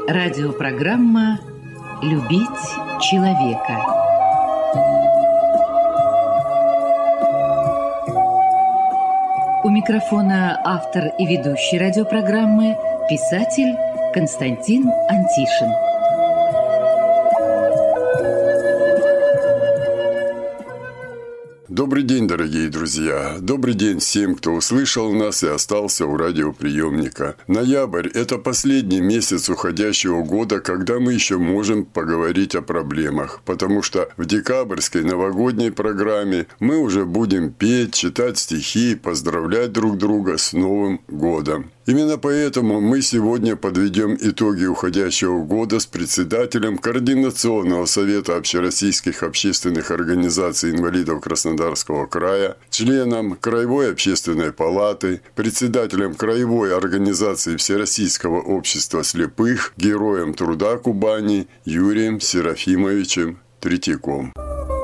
Радиопрограмма «Любить человека». У микрофона автор и ведущий радиопрограммы писатель Константин Антишин. Добрый день, дорогие друзья! Добрый день всем, кто услышал нас и остался у радиоприемника. Ноябрь – это последний месяц уходящего года, когда мы еще можем поговорить о проблемах, потому что в декабрьской новогодней программе мы уже будем петь, читать стихи, поздравлять друг друга с Новым годом. Именно поэтому мы сегодня подведем итоги уходящего года с председателем Координационного совета общероссийских общественных организаций инвалидов Краснодарского края, членом Краевой общественной палаты, председателем Краевой организации Всероссийского общества слепых, героем труда Кубани Юрием Серафимовичем Третьяком.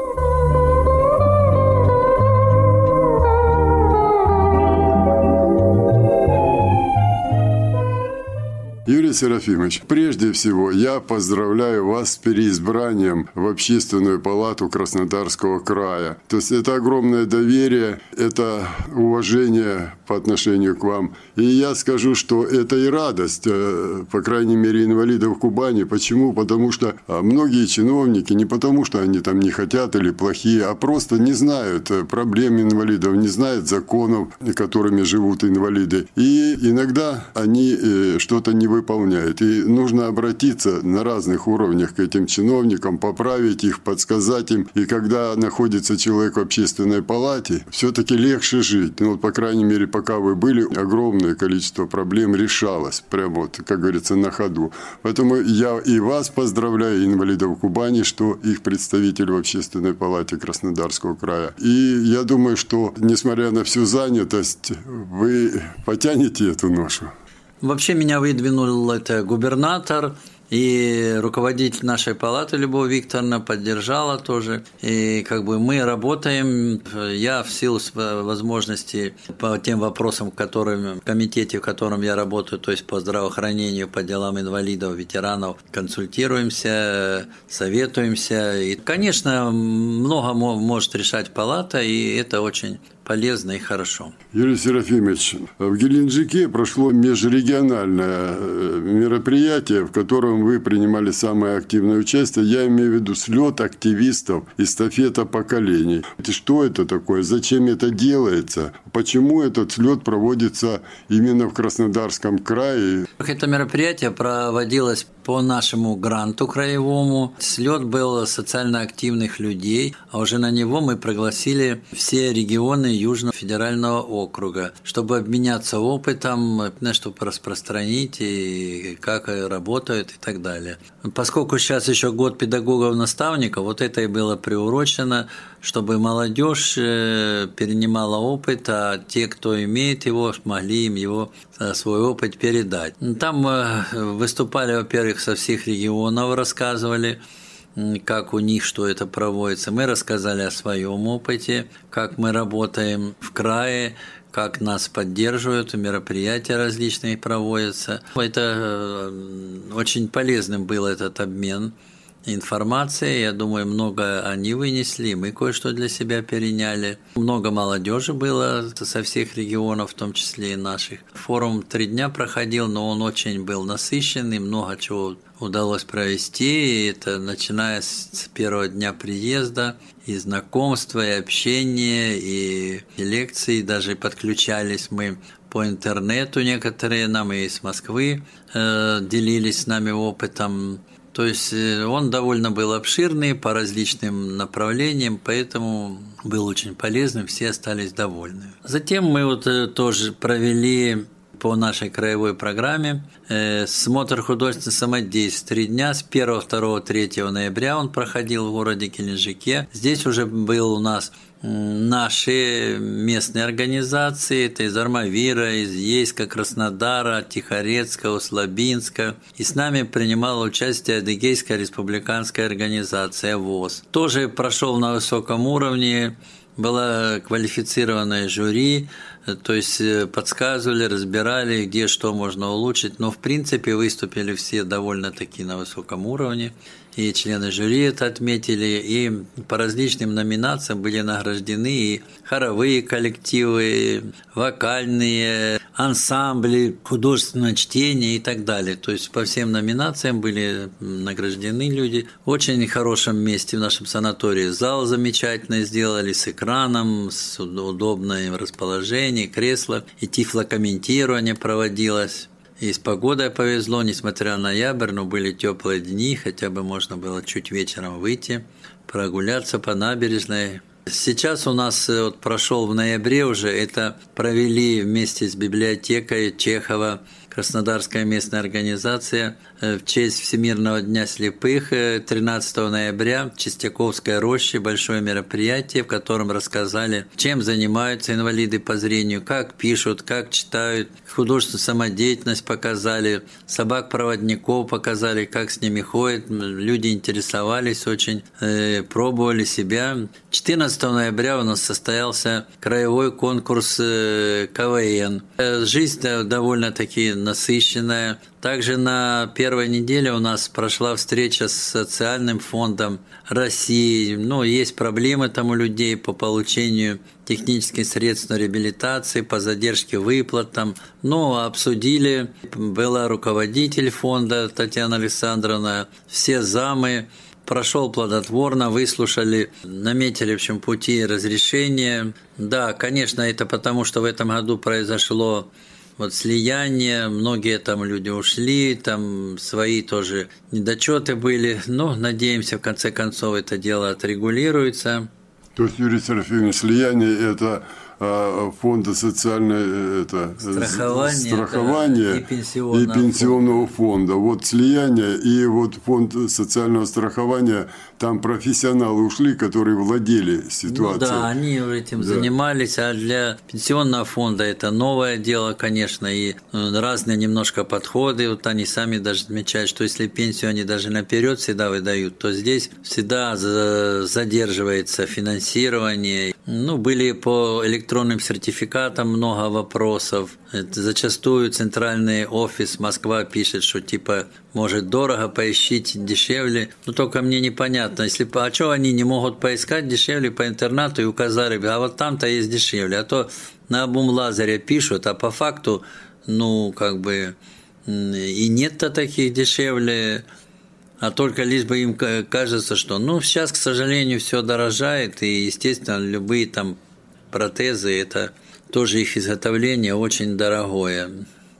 Юрий Серафимович, прежде всего я поздравляю вас с переизбранием в Общественную палату Краснодарского края. То есть это огромное доверие, это уважение по отношению к вам. И я скажу, что это и радость, по крайней мере, инвалидов Кубани. Почему? Потому что многие чиновники, не потому что они там не хотят или плохие, а просто не знают проблем инвалидов, не знают законов, которыми живут инвалиды. И иногда они что-то не выполняют. И нужно обратиться на разных уровнях к этим чиновникам, поправить их, подсказать им. И когда находится человек в общественной палате, все-таки легче жить. Ну, вот, по крайней мере, пока вы были, огромное количество проблем решалось. Прямо вот, как говорится, на ходу. Поэтому я и вас поздравляю, инвалидов Кубани, что их представитель в Общественной палате Краснодарского края. И я думаю, что, несмотря на всю занятость, вы потянете эту ношу. Вообще меня выдвинул это губернатор, и руководитель нашей палаты Любовь Викторовна поддержала тоже. И мы работаем, я в силу возможностей по тем вопросам, в комитете, в котором я работаю, то есть по здравоохранению, по делам инвалидов, ветеранов, консультируемся, советуемся. И, конечно, много может решать палата, и это очень полезно и хорошо. Юрий Серафимович, в Геленджике прошло межрегиональное мероприятие, в котором вы принимали самое активное участие. Я имею в виду слет активистов, эстафета поколений. Что это такое? Зачем это делается? Почему этот слет проводится именно в Краснодарском крае? Это мероприятие проводилось по нашему гранту краевому. Слет был социально активных людей, а уже на него мы пригласили все регионы Южного федерального округа, чтобы обменяться опытом, чтобы распространить и как работают и так далее. Поскольку сейчас еще год педагогов-наставников, вот это и было приурочено, чтобы молодежь перенимала опыт, а те, кто имеет его, могли им свой опыт передать. Там выступали, во-первых, со всех регионов, рассказывали, как у них, что это проводится. Мы рассказали о своем опыте, как мы работаем в крае, как нас поддерживают, мероприятия различные проводятся. Это очень полезным был этот обмен информацией. Я думаю, много они вынесли, мы кое-что для себя переняли. Много молодежи было со всех регионов, в том числе и наших. Форум 3 дня проходил, но он очень был насыщенный, много чего удалось провести. И это начиная с первого дня приезда, и знакомства, и общения, и лекции. Даже подключались мы по интернету некоторые нам, и из Москвы делились с нами опытом. То есть он довольно был обширный по различным направлениям, поэтому был очень полезным, все остались довольны. Затем мы тоже провели по нашей краевой программе смотр художественной самодеятельности 3 дня с 1, 2, 3 ноября он проходил в городе Геленджике. Здесь уже был у нас наши местные организации, это из Армавира, из Ейска, Краснодара, Тихорецка, Услабинска. И с нами принимала участие Адыгейская республиканская организация ВОС. Тоже прошел на высоком уровне, было квалифицированное жюри, то есть подсказывали, разбирали, где что можно улучшить, но в принципе выступили все довольно-таки на высоком уровне, и члены жюри это отметили, и по различным номинациям были награждены и хоровые коллективы, вокальные, ансамбли, художественное чтение и так далее. То есть по всем номинациям были награждены люди. В очень хорошем месте в нашем санатории зал замечательно сделали, с экраном, с удобным расположением, кресла, и тифлокомментирование проводилось. И с погодой повезло, несмотря на ноябрь, но были теплые дни, хотя бы можно было чуть вечером выйти, прогуляться по набережной. Сейчас у нас прошел в ноябре уже, это провели вместе с библиотекой Чехова, Краснодарская местная организация, в честь Всемирного дня слепых 13 ноября в Чистяковской роще большое мероприятие, в котором рассказали, чем занимаются инвалиды по зрению, как пишут, как читают, художественную самодеятельность показали, собак-проводников показали, как с ними ходят, люди интересовались очень, пробовали себя. 14 ноября у нас состоялся краевой конкурс КВН. Жизнь довольно-таки насыщенная. Также на первой неделе у нас прошла встреча с социальным фондом России. Есть проблемы там у людей по получению технических средств на реабилитации, по задержке выплат там. Обсудили. Была руководитель фонда Татьяна Александровна, все замы. Прошел плодотворно, выслушали, наметили, в общем, пути разрешения. Да, конечно, это потому, что в этом году произошло слияние, многие там люди ушли, там свои тоже недочеты были, но надеемся, в конце концов, это дело отрегулируется. То есть, Юрий Серафимович, слияние – это фонда социальное страхования и пенсионного фонда. Слияние и фонд социального страхования, там профессионалы ушли, которые владели ситуацией. Они этим занимались, а для пенсионного фонда это новое дело, конечно, и разные немножко подходы. Они сами даже отмечают, что если пенсию они даже наперед всегда выдают, то здесь всегда задерживается финансирование. Были по электронным сертификатам много вопросов. Зачастую центральный офис Москва пишет, что может дорого, поищите дешевле. Только мне непонятно, а что они не могут поискать дешевле по интернету и указали, а там-то есть дешевле. А то на обум лазаря пишут, а по факту, и нет-то таких дешевле. А только лишь бы им кажется, что сейчас, к сожалению, все дорожает, и, естественно, любые там протезы, это тоже их изготовление очень дорогое.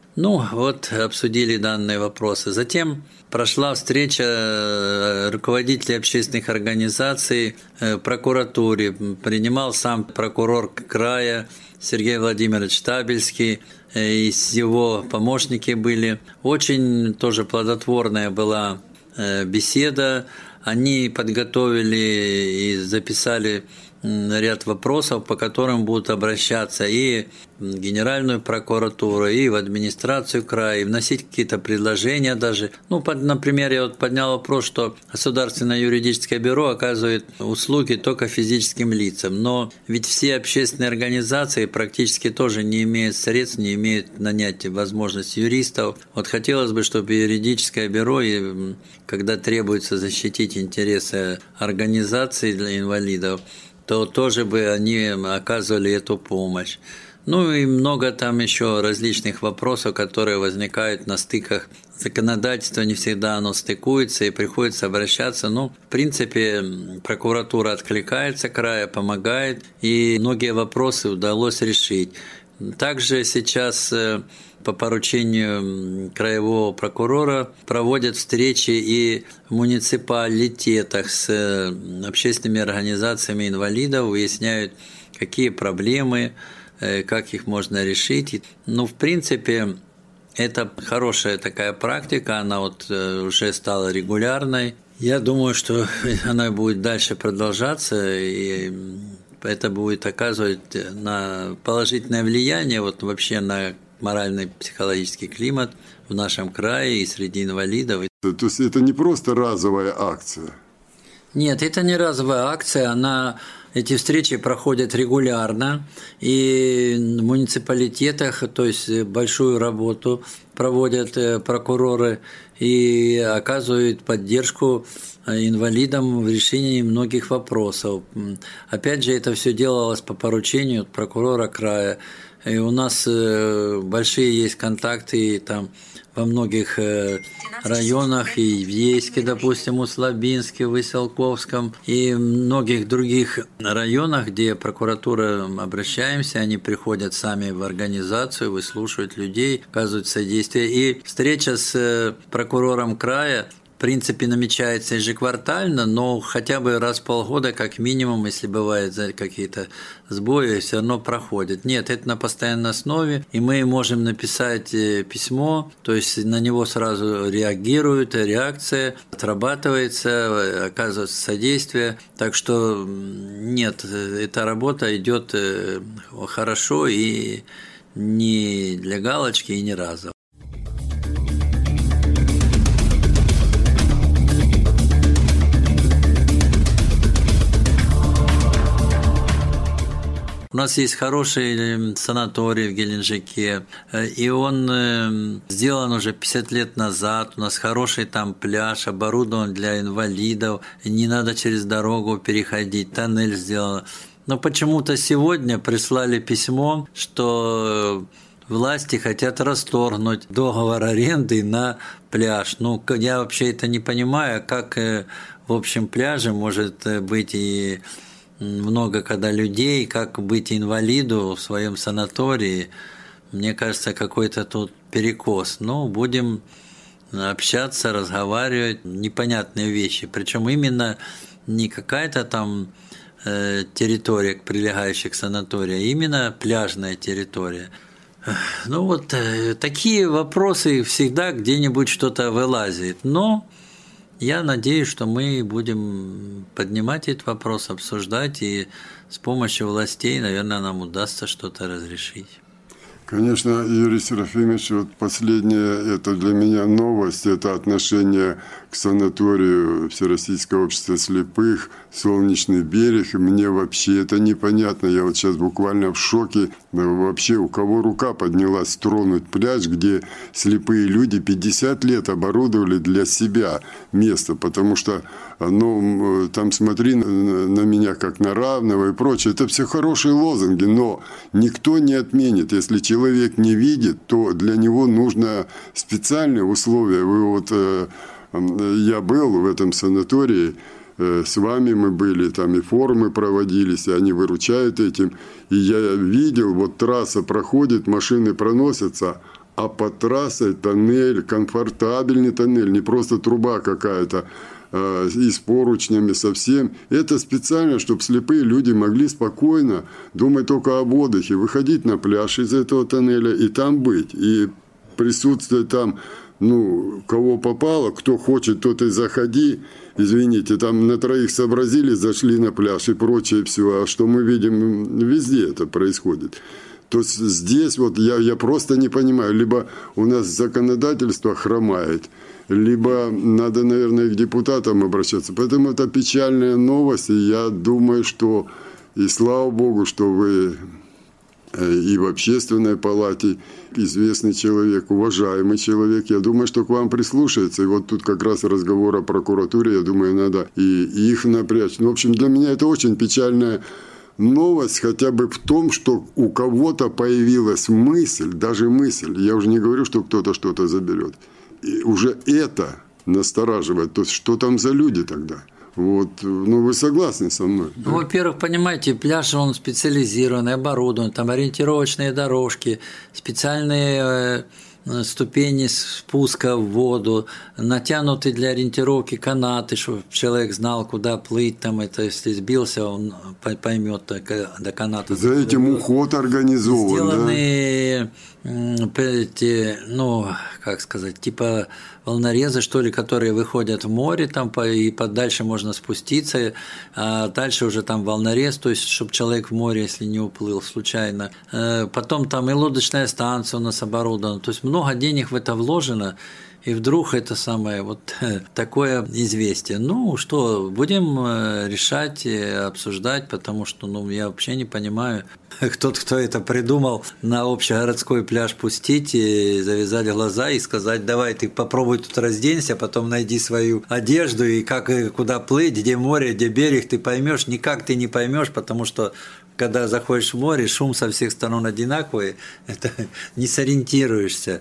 Обсудили данные вопросы. Затем прошла встреча руководителей общественных организаций в прокуратуре. Принимал сам прокурор края Сергей Владимирович Штабельский, и его помощники были. Очень тоже плодотворная была беседа. Они подготовили и записали ряд вопросов, по которым будут обращаться и в Генеральную прокуратуру, и в администрацию края, и вносить какие-то предложения даже. Например, я поднял вопрос, что Государственное юридическое бюро оказывает услуги только физическим лицам, но ведь все общественные организации практически тоже не имеют средств, не имеют нанять возможность юристов. Хотелось бы, чтобы юридическое бюро, когда требуется защитить интересы организаций для инвалидов, то тоже бы они оказывали эту помощь. И много там еще различных вопросов, которые возникают на стыках законодательства, не всегда оно стыкуется и приходится обращаться. В принципе, прокуратура откликается края, помогает, и многие вопросы удалось решить. Также сейчас по поручению краевого прокурора проводят встречи и в муниципалитетах с общественными организациями инвалидов, выясняют, какие проблемы, как их можно решить. В принципе, это хорошая такая практика, она уже стала регулярной. Я думаю, что она будет дальше продолжаться, и это будет оказывать положительное влияние вообще на моральный психологический климат в нашем крае и среди инвалидов. То есть это не просто разовая акция? Нет, это не разовая акция, она Эти встречи проходят регулярно, и в муниципалитетах, то есть большую работу проводят прокуроры и оказывают поддержку инвалидам в решении многих вопросов. Опять же, это все делалось по поручению прокурора края. И у нас большие есть контакты там во многих районах, и в Ейске, допустим, Услабинске, в Выселковском, и в многих других районах, где прокуратура обращаемся, они приходят сами в организацию, выслушивают людей, оказывают содействие. И встреча с прокурором края в принципе, намечается ежеквартально, но хотя бы раз в полгода, как минимум, если бывают какие-то сбои, все равно проходит. Нет, это на постоянной основе, и мы можем написать письмо, то есть на него сразу реагируют, реакция отрабатывается, оказывается содействие. Так что нет, эта работа идет хорошо и не для галочки, и не разово. У нас есть хороший санаторий в Геленджике, и он сделан уже 50 лет назад. У нас хороший там пляж, оборудован для инвалидов, не надо через дорогу переходить, тоннель сделан. Но почему-то сегодня прислали письмо, что власти хотят расторгнуть договор аренды на пляж. Ну, я вообще это не понимаю, как в общем пляже может быть и много когда людей, как быть инвалиду в своем санатории. Мне кажется, какой-то тут перекос. Но будем общаться, разговаривать, непонятные вещи. Причем именно не какая-то там территория, прилегающая к санаторию, а именно пляжная территория. Ну вот такие вопросы всегда где-нибудь что-то вылазит. Но я надеюсь, что мы будем поднимать этот вопрос, обсуждать, и с помощью властей, наверное, нам удастся что-то разрешить. Конечно, Юрий Серафимович, вот последнее, это для меня новость, это отношение к санаторию Всероссийского общества слепых, Солнечный берег. Мне вообще это непонятно. Я вот сейчас буквально в шоке. Вообще, у кого рука поднялась тронуть пляж, где слепые люди 50 лет оборудовали для себя место, потому что там смотри на меня как на равного и прочее. Это все хорошие лозунги, но никто не отменит. Если человек не видит, то для него нужно специальные условия. Я был в этом санатории, с вами мы были, там и форумы проводились, и они выручают этим. И я видел, вот трасса проходит, машины проносятся, а по трассе тоннель, комфортабельный тоннель, не просто труба какая-то, и с поручнями совсем. Это специально, чтобы слепые люди могли спокойно думать только об отдыхе, выходить на пляж из этого тоннеля и там быть, и присутствовать там. Кого попало, кто хочет, тот и заходи. Извините, там на троих сообразили, зашли на пляж и прочее все. А что мы видим, везде это происходит. То есть здесь вот я просто не понимаю. Либо у нас законодательство хромает, либо надо, наверное, к депутатам обращаться. Поэтому это печальная новость. И я думаю, что, и слава Богу, что вы и в общественной палате известный человек, уважаемый человек. Я думаю, что к вам прислушается. И вот тут как раз разговор о прокуратуре. Я думаю, надо и их напрячь. В общем, для меня это очень печальная новость хотя бы в том, что у кого-то появилась мысль, даже мысль. Я уже не говорю, что кто-то что-то заберет. И уже это настораживает. То есть, что там за люди тогда? Вот, вы согласны со мной? Да? Во-первых, понимаете, пляж, он специализированный, оборудован, там ориентировочные дорожки, специальные ступени спуска в воду, натянуты для ориентировки канаты, чтобы человек знал, куда плыть, там это, если сбился, он поймет до каната. За этим уход организован, сделаны, эти, как сказать, типа волнорезы, что ли, которые выходят в море, там, и подальше можно спуститься, а дальше уже там волнорез, то есть, чтобы человек в море, если не уплыл случайно. Потом там и лодочная станция у нас оборудована, то есть много много денег в это вложено, и вдруг это самое вот такое известие. Ну что, будем решать, обсуждать, потому что я вообще не понимаю, кто это придумал на общегородской пляж пустить и завязать глаза и сказать: давай ты попробуй тут разденься, потом найди свою одежду и куда плыть, где море, где берег, ты поймешь. Никак ты не поймешь, потому что когда заходишь в море, шум со всех сторон одинаковый, это не сориентируешься.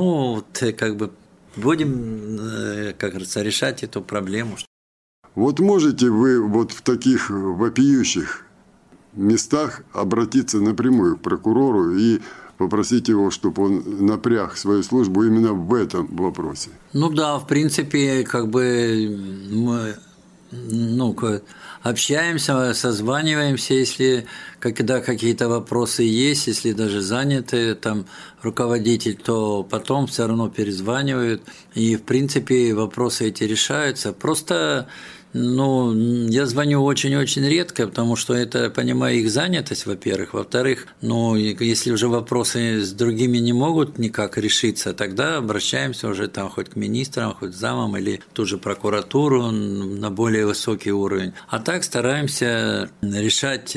Будем, как говорится, решать эту проблему. Вот можете вы вот в таких вопиющих местах обратиться напрямую к прокурору и попросить его, чтобы он напряг свою службу именно в этом вопросе? Ну да, в принципе, мы общаемся, созваниваемся, если когда какие-то вопросы есть, если даже заняты там руководитель, то потом все равно перезванивают, и в принципе вопросы эти решаются. Просто я звоню очень-очень редко, потому что это, понимаю, их занятость, во-первых. Во-вторых, если уже вопросы с другими не могут никак решиться, тогда обращаемся уже там хоть к министрам, хоть к замам или ту же прокуратуру на более высокий уровень. А так стараемся решать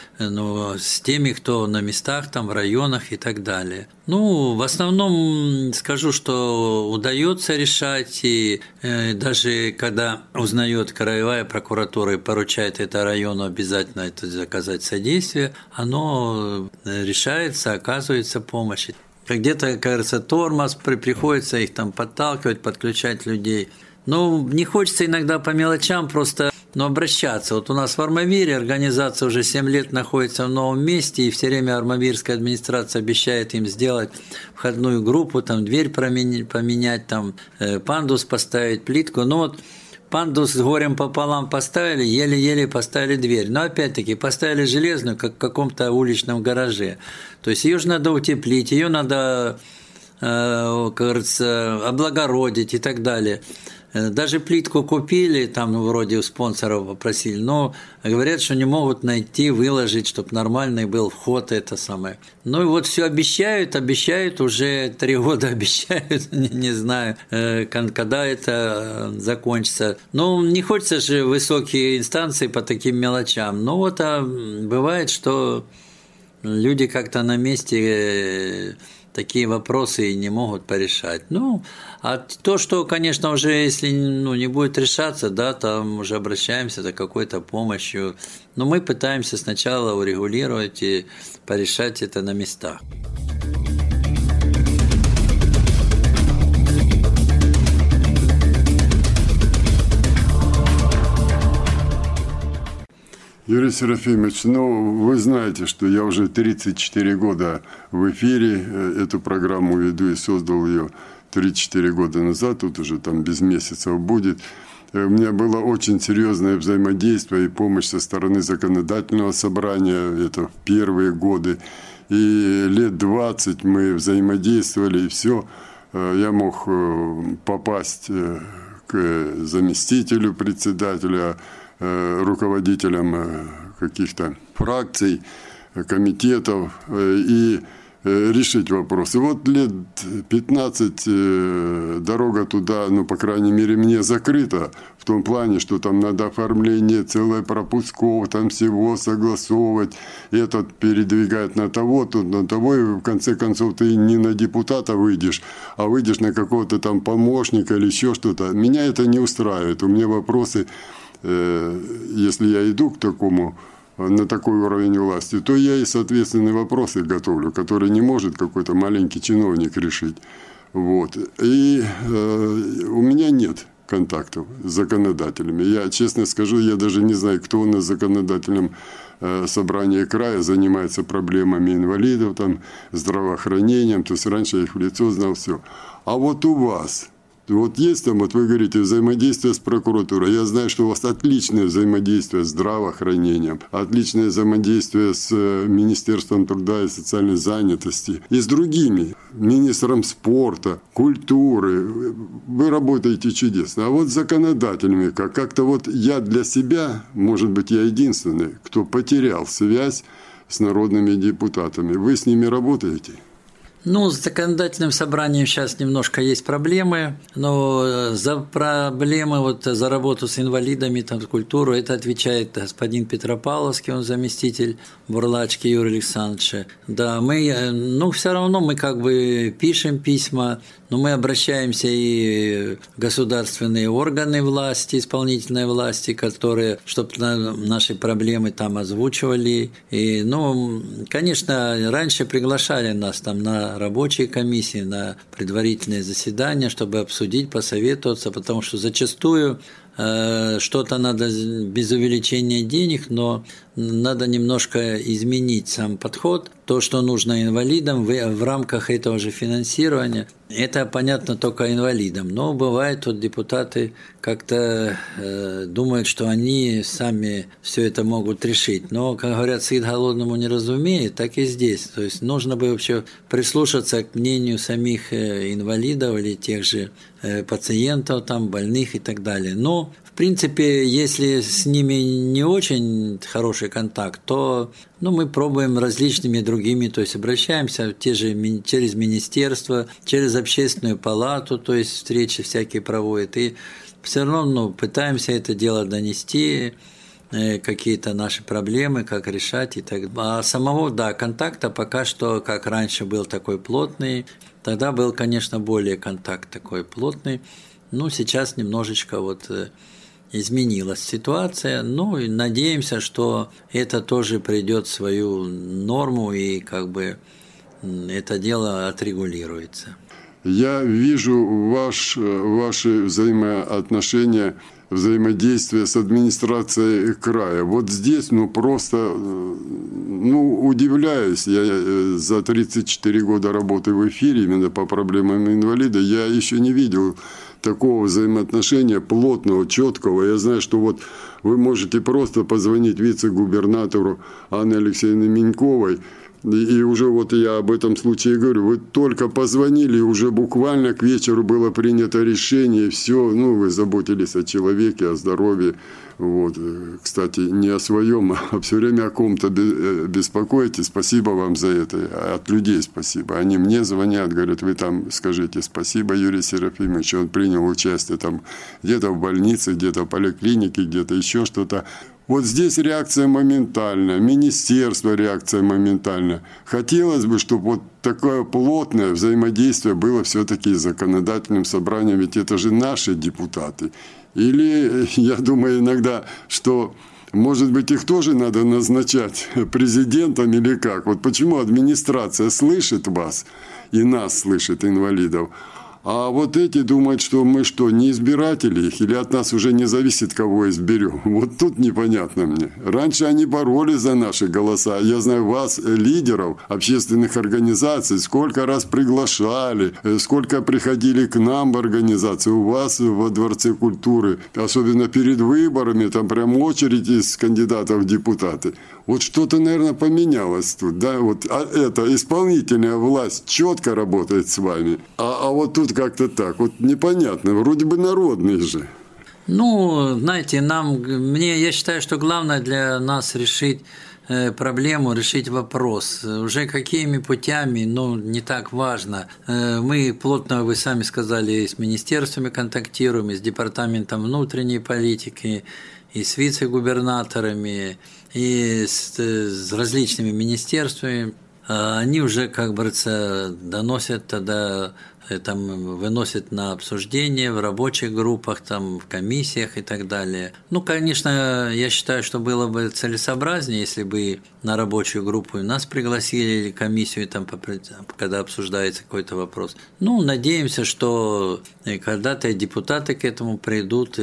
с теми, кто на местах, там, в районах и так далее. В основном скажу, что удается решать, и даже когда узнает краевая прокуратура и поручает это району обязательно оказать содействие, оно решается, оказывается помощь. Где-то, кажется, тормоз, приходится их там подталкивать, подключать людей. Не хочется иногда по мелочам просто обращаться. Вот у нас в Армавире организация уже 7 лет находится в новом месте, и все время армавирская администрация обещает им сделать входную группу, там дверь поменять, там пандус поставить, плитку. Пандус с горем пополам поставили, еле-еле поставили дверь. Но опять-таки поставили железную, как в каком-то уличном гараже. То есть ее же надо утеплить, ее надо, как говорится, облагородить и так далее. Даже плитку купили, там вроде у спонсоров попросили, но говорят, что не могут найти, выложить, чтобы нормальный был вход, это самое. И вот все обещают, уже 3 года обещают, не знаю, когда это закончится. Не хочется же высокие инстанции по таким мелочам. Бывает, что люди как-то на месте такие вопросы и не могут порешать. А то, что, конечно, уже если не будет решаться, да, там уже обращаемся за какой-то помощью. Но мы пытаемся сначала урегулировать и порешать это на местах. Юрий Серафимович, вы знаете, что я уже 34 года в эфире эту программу веду и создал ее 3-4 года назад, тут уже там без месяцев будет. У меня было очень серьезное взаимодействие и помощь со стороны законодательного собрания, это в первые годы. И лет 20 мы взаимодействовали, и все. Я мог попасть к заместителю председателя, руководителям каких-то фракций, комитетов и решить вопрос. И вот лет 15 дорога туда, по крайней мере, мне закрыта, в том плане, что там надо оформление целое пропусков, там всего согласовывать, этот передвигать на того, тут на того, и в конце концов ты не на депутата выйдешь, а выйдешь на какого-то там помощника или еще что-то. Меня это не устраивает. У меня вопросы, если я иду к такому, на такой уровень власти, то я и соответственные вопросы готовлю, которые не может какой-то маленький чиновник решить. И у меня нет контактов с законодателями. Я, честно скажу, я даже не знаю, кто на законодательном собрании края занимается проблемами инвалидов, там, здравоохранением. То есть раньше я их в лицо знал, все. А вот у вас... есть там, вы говорите, взаимодействие с прокуратурой. Я знаю, что у вас отличное взаимодействие с здравоохранением, отличное взаимодействие с Министерством труда и социальной занятости и с другими, министром спорта, культуры. Вы работаете чудесно. А вот с законодателями, как-то я для себя, может быть, я единственный, кто потерял связь с народными депутатами. Вы с ними работаете? Ну, с законодательным собранием сейчас немножко есть проблемы, но за проблемы, вот за работу с инвалидами, там, культуру, это отвечает господин Петропавловский, он заместитель Бурлачки Юрия Александровича. Да, мы, все равно мы как бы пишем письма, но мы обращаемся и в государственные органы власти, исполнительной власти, которые, чтобы наши проблемы там озвучивали. И, конечно, раньше приглашали нас там на рабочие комиссии, на предварительные заседания, чтобы обсудить, посоветоваться, потому что зачастую что-то надо без увеличения денег, но надо немножко изменить сам подход. То, что нужно инвалидам в рамках этого же финансирования, это понятно только инвалидам. Но бывает, вот депутаты как-то думают, что они сами все это могут решить. Но, как говорят, сыт голодному не разумеет, так и здесь. То есть нужно бы вообще прислушаться к мнению самих инвалидов или тех же пациентов, там, больных и так далее. Но, в принципе, если с ними не очень хороший контакт, то мы пробуем различными другими, то есть обращаемся через министерство, через общественную палату, то есть встречи всякие проводят, и все равно пытаемся это дело донести, какие-то наши проблемы, как решать и так далее. А самого, контакта пока что, как раньше был такой плотный, тогда был, конечно, более контакт такой плотный, сейчас немножечко изменилась ситуация, и надеемся, что это тоже придет в свою норму и как бы это дело отрегулируется. Я вижу ваши взаимоотношения, взаимодействие с администрацией края. Вот здесь, просто, удивляюсь. Я за 34 года работы в эфире именно по проблемам инвалида, я еще не видел такого взаимоотношения плотного, четкого. Я знаю, что вы можете просто позвонить вице-губернатору Анне Алексеевне Миньковой, и уже я об этом случае говорю. Вы только позвонили, и уже буквально к вечеру было принято решение, и все, вы заботились о человеке, о здоровье. Кстати, не о своем, а все время о ком-то беспокоитесь. Спасибо вам за это. От людей спасибо. Они мне звонят, говорят, вы там скажите спасибо Юрию Серафимовичу, он принял участие там где-то в больнице, где-то в поликлинике, где-то еще что-то. Вот здесь реакция моментальная, министерство реакция моментальная. Хотелось бы, чтобы такое плотное взаимодействие было все-таки с законодательным собранием, ведь это же наши депутаты. Или, я думаю иногда, что, может быть, их тоже надо назначать президентом или как? Почему администрация слышит вас и нас слышит, инвалидов, а эти думают, что мы не избиратели их, или от нас уже не зависит, кого изберем. Тут непонятно мне. Раньше они боролись за наши голоса. Я знаю вас, лидеров общественных организаций, сколько раз приглашали, сколько приходили к нам в организации. У вас во Дворце культуры, особенно перед выборами, там прям очередь из кандидатов в депутаты. Что-то, наверное, поменялось тут. Да? Исполнительная власть четко работает с вами. А тут как-то так. Непонятно. Вроде бы народный же. Знаете, я считаю, что главное для нас решить проблему, решить вопрос. Уже какими путями, не так важно. Мы плотно, вы сами сказали, с министерствами контактируем, и с департаментом внутренней политики, и с вице-губернаторами, и с различными министерствами. Они уже, как говорится, доносят тогда, выносят на обсуждение в рабочих группах, в комиссиях и так далее. Конечно, я считаю, что было бы целесообразнее, если бы на рабочую группу нас пригласили, или комиссию, когда обсуждается какой-то вопрос. Надеемся, что когда-то депутаты к этому придут.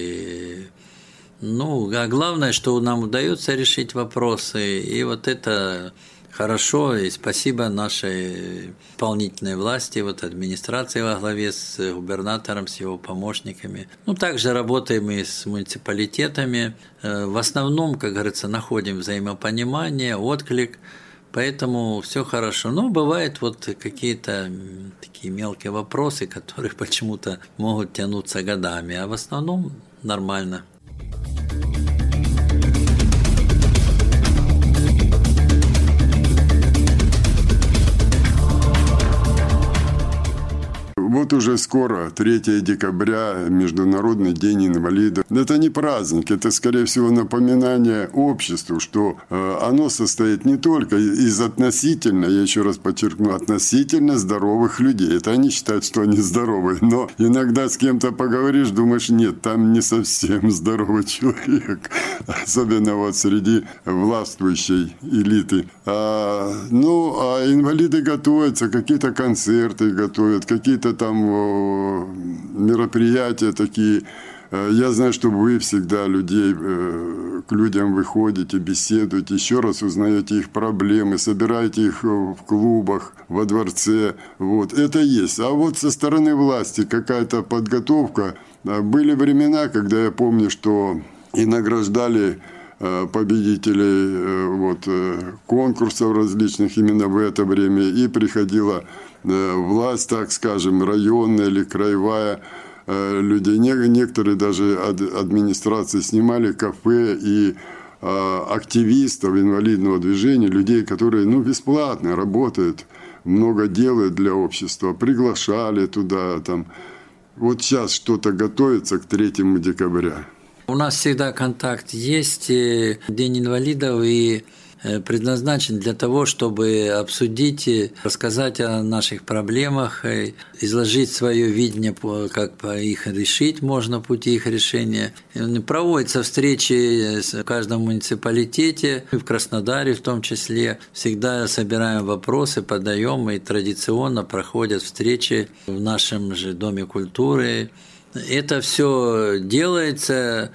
А главное, что нам удается решить вопросы, и это хорошо, и спасибо нашей исполнительной власти, администрации во главе с губернатором, с его помощниками. Также работаем и с муниципалитетами. В основном, как говорится, находим взаимопонимание, отклик, поэтому все хорошо. Но бывают какие-то такие мелкие вопросы, которые почему-то могут тянуться годами, а в основном нормально. вот уже скоро, 3 декабря, Международный день инвалидов. Это не праздник, это, скорее всего, напоминание обществу, что оно состоит не только из относительно, я еще раз подчеркну, относительно здоровых людей. Это они считают, что они здоровые, но иногда с кем-то поговоришь, думаешь, нет, там не совсем здоровый человек, особенно вот среди властвующей элиты. А инвалиды готовятся, какие-то концерты готовят, какие-то там мероприятия такие. Я знаю, что вы всегда к людям выходите, беседуете, еще раз узнаете их проблемы, собираете их в клубах, во дворце. Вот. Это есть. А вот со стороны власти какая-то подготовка. Были времена, когда я помню, что и награждали победителей конкурсов различных именно в это время. И приходила власть, так скажем, районная или краевая, людей. Некоторые даже администрации снимали кафе и активистов инвалидного движения, людей, которые бесплатно работают, много делают для общества, приглашали туда. Там. Вот сейчас что-то готовится к 3 декабря. У нас всегда контакт есть. День инвалидов и предназначен для того, чтобы обсудить, рассказать о наших проблемах, изложить свое видение, как их решить можно, пути их решения. Проводятся встречи в каждом муниципалитете, в Краснодаре в том числе. Всегда собираем вопросы, подаем, и традиционно проходят встречи в нашем же Доме культуры. Это все делается.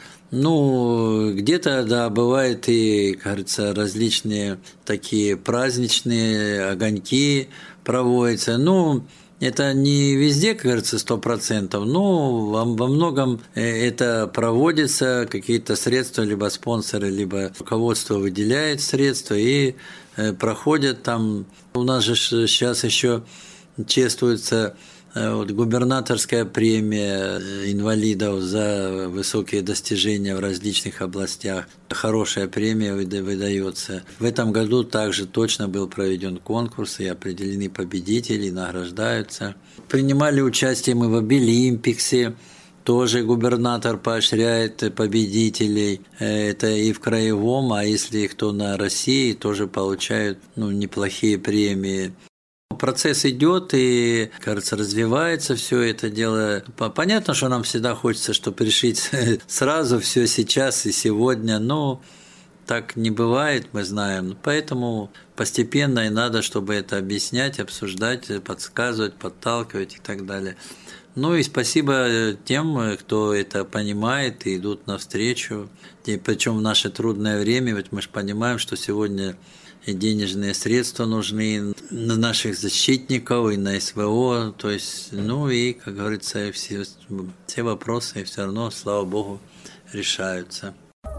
Где-то, да, бывает и, кажется, различные такие праздничные огоньки проводятся. Это не везде, кажется, 100%, но во многом это проводится, какие-то средства, либо спонсоры, либо руководство выделяет средства и проходят там. У нас же сейчас еще чествуется губернаторская премия инвалидов за высокие достижения в различных областях. Хорошая премия выдается. В этом году также точно был проведен конкурс, и определены победители, награждаются. Принимали участие мы в Обилимпиксе. Тоже губернатор поощряет победителей. Это и в краевом, а если кто на России, тоже получают неплохие премии. Процесс идет и, кажется, развивается все это дело. Понятно, что нам всегда хочется, чтобы решить сразу все сейчас и сегодня, но так не бывает, мы знаем. Поэтому постепенно и надо, чтобы это объяснять, обсуждать, подсказывать, подталкивать и так далее. И спасибо тем, кто это понимает и идут навстречу. И причем в наше трудное время, ведь мы же понимаем, что сегодня и денежные средства нужны на наших защитников и на СВО, то есть, и, как говорится, все вопросы все равно, слава Богу, решаются.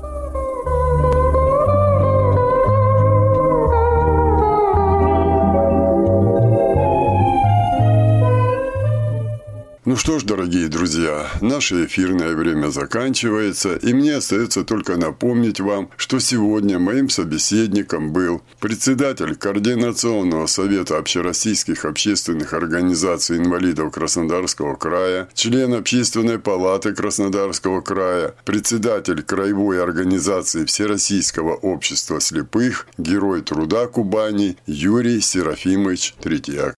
Ну что ж, дорогие друзья, наше эфирное время заканчивается, и мне остается только напомнить вам, что сегодня моим собеседником был председатель Координационного совета общероссийских общественных организаций инвалидов Краснодарского края, член Общественной палаты Краснодарского края, председатель Краевой организации Всероссийского общества слепых, Герой труда Кубани Юрий Серафимович Третьяк.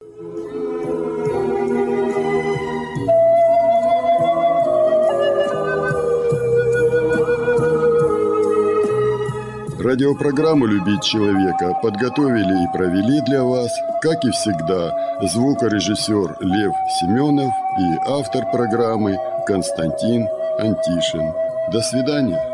Радиопрограмму «Любить человека» подготовили и провели для вас, как и всегда, звукорежиссер Лев Семенов и автор программы Константин Антишин. До свидания.